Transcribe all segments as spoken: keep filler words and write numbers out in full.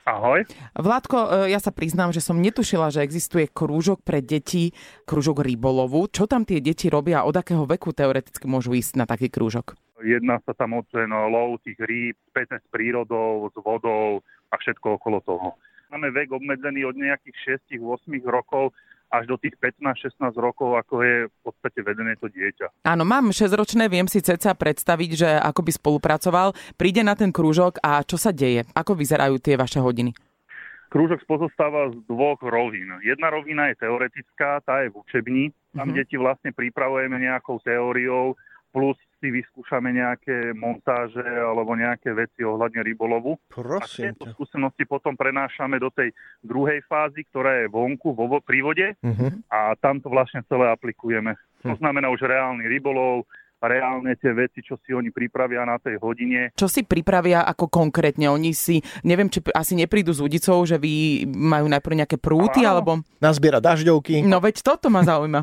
Ahoj. Vládko, ja sa priznám, že som netušila, že existuje krúžok pre deti, krúžok rybolovu. Čo tam tie deti robia? Od akého veku teoreticky môžu ísť na taký krúžok? Jedná sa tam o ten lov tých rýb, spätné s prírodou, s vodou a všetko okolo toho. Máme vek obmedzený od nejakých šesť osem rokov až do tých pätnásť šestnásť rokov, ako je v podstate vedené to dieťa. Áno, mám šesťročné, viem si ceca predstaviť, že ako by spolupracoval. Príde na ten krúžok a čo sa deje? Ako vyzerajú tie vaše hodiny? Krúžok pozostáva z dvoch rovín. Jedna rovina je teoretická, tá je v učebni. Tam mm-hmm. deti vlastne pripravujeme nejakou teóriou, plus si vyskúšame nejaké montáže alebo nejaké veci ohľadne rybolovu. Prosím a tieto skúsenosti potom prenášame do tej druhej fázy, ktorá je vonku, vo, pri vode uh-huh. a tam to vlastne celé aplikujeme. Uh-huh. To znamená už reálny rybolov, reálne tie veci, čo si oni pripravia na tej hodine. Čo si pripravia ako konkrétne? Oni si, neviem, či asi neprídu s udicou, že vy majú najprv nejaké prúty, ale alebo... Nazbiera dažďovky. No veď toto ma zaujíma.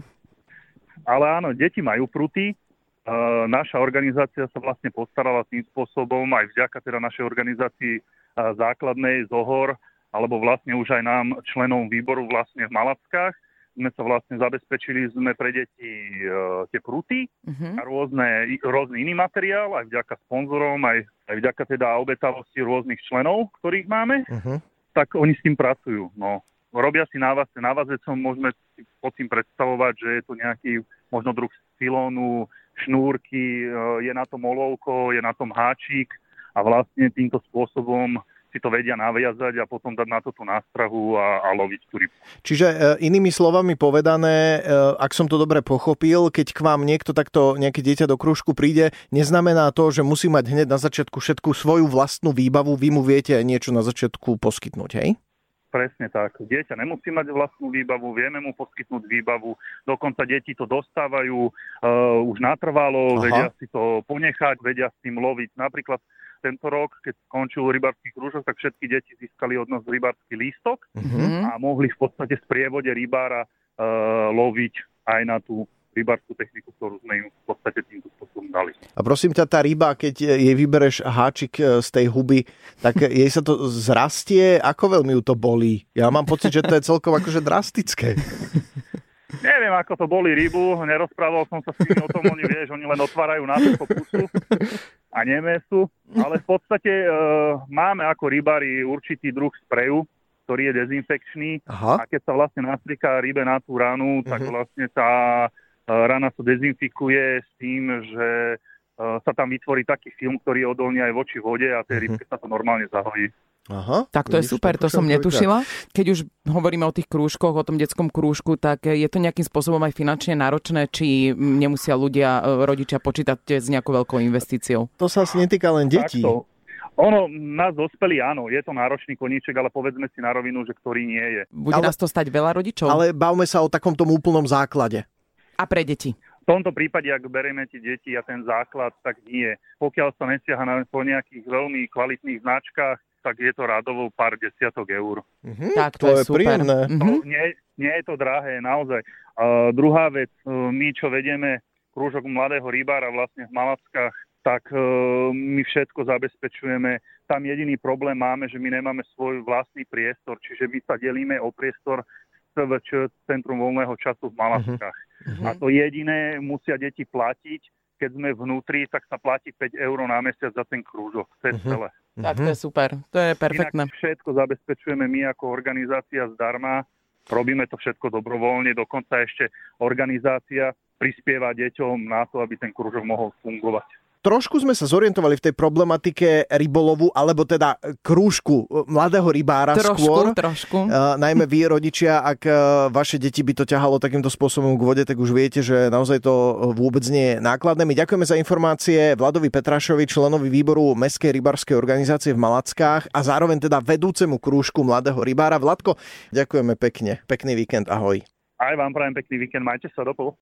Ale áno, deti majú prúty. Uh, naša organizácia sa vlastne postarala tým spôsobom, aj vďaka teda našej organizácii uh, základnej Zohor, alebo vlastne už aj nám, členom výboru vlastne v Malackách, sme sa vlastne zabezpečili, sme pre deti uh, tie prúty uh-huh. a rôzne, rôzny iný materiál, aj vďaka sponzorom, aj, aj vďaka teda obetavosti rôznych členov, ktorých máme, uh-huh. tak oni s tým pracujú. No. Robia si návazce. Návazecom môžeme si pod tým predstavovať, že je to nejaký možno druh silónu, šnúrky, je na tom olovko, je na tom háčik a vlastne týmto spôsobom si to vedia naviazať a potom dať na to tú nástrahu a, a loviť tú rybu. Čiže e, inými slovami povedané, e, ak som to dobre pochopil, keď k vám niekto takto, nejaké dieťa do krúžku príde, neznamená to, že musí mať hneď na začiatku všetku svoju vlastnú výbavu, vy mu viete niečo na začiatku poskytnúť, hej? Presne tak. Dieťa nemusí mať vlastnú výbavu, vieme mu poskytnúť výbavu, dokonca deti to dostávajú uh, už natrvalo, Aha. vedia si to ponechať, vedia s tým loviť. Napríklad tento rok, keď skončil rybársky krúžok, tak všetky deti získali od nás rybársky lístok uh-huh. a mohli v podstate v sprievode rybára uh, loviť aj na tú rybárskú techniku, ktorú sme im v podstate týmto spôsobom dali. A prosím ťa, tá ryba, keď jej vybereš háčik z tej huby, tak jej sa to zrastie? Ako veľmi ju to bolí? Ja mám pocit, že to je celkom akože drastické. Neviem, ako to boli rybu, nerozprával som sa s nimi o tom, oni vieš, oni len otvárajú na to pusu a nemesú, ale v podstate e, máme ako rybári určitý druh spreju, ktorý je dezinfekčný. Aha. A keď sa vlastne nastriká rybe na tú ranu, tak uh-huh. vlastne tá rana sa dezinfikuje s tým, že sa tam vytvorí taký film, ktorý je odolný aj voči vode a tej rybke sa to normálne zahojí. Aha, tak to je super, to som netušila. Keď už hovoríme o tých krúžkoch, o tom detskom krúžku, tak je to nejakým spôsobom aj finančne náročné, či nemusia ľudia, rodičia počítať s nejakou veľkou investíciou? To sa asi netýka len detí. Takto. Ono, nás dospelí, áno, je to náročný koníček, ale povedzme si na rovinu, že ktorý nie je. Bude ale, nás to stať veľa rodičov? Ale bavme sa o takomto úplnom základe. A pre deti? V tomto prípade, ak berieme tie deti a ten základ, tak nie. Pokiaľ sa nesiaha na po nejakých veľmi kvalitných značkách, tak je to radovo pár desiatok eur. Mm-hmm, tak to, to je super. Príjemné. To, nie, nie je to drahé, naozaj. Uh, druhá vec, uh, my čo vedieme krúžok mladého rybára vlastne v Malackách, tak uh, my všetko zabezpečujeme. Tam jediný problém máme, že my nemáme svoj vlastný priestor, čiže my sa delíme o priestor C V Č, Centrum voľného času v Malackách. Uh-huh. A to jediné musia deti platiť. Keď sme vnútri, tak sa platí päť eur na mesiac za ten krúžok. To je uh-huh. celé. Tak to je super, to je perfektné. Inak všetko zabezpečujeme my ako organizácia zdarma. Robíme to všetko dobrovoľne, dokonca ešte organizácia prispieva deťom na to, aby ten krúžok mohol fungovať. Trošku sme sa zorientovali v tej problematike rybolovu, alebo teda krúžku mladého rybára trošku, skôr. Trošku, uh, najmä vy, rodičia, ak uh, vaše deti by to ťahalo takýmto spôsobom k vode, tak už viete, že naozaj to vôbec nie je nákladné. My ďakujeme za informácie Vladovi Petrašovi, členovi výboru Mestskej rybárskej organizácie v Malackách a zároveň teda vedúcemu krúžku mladého rybára. Vladko, ďakujeme pekne. Pekný víkend, ahoj. Aj vám prajem pekný víkend, majte sa, dopol.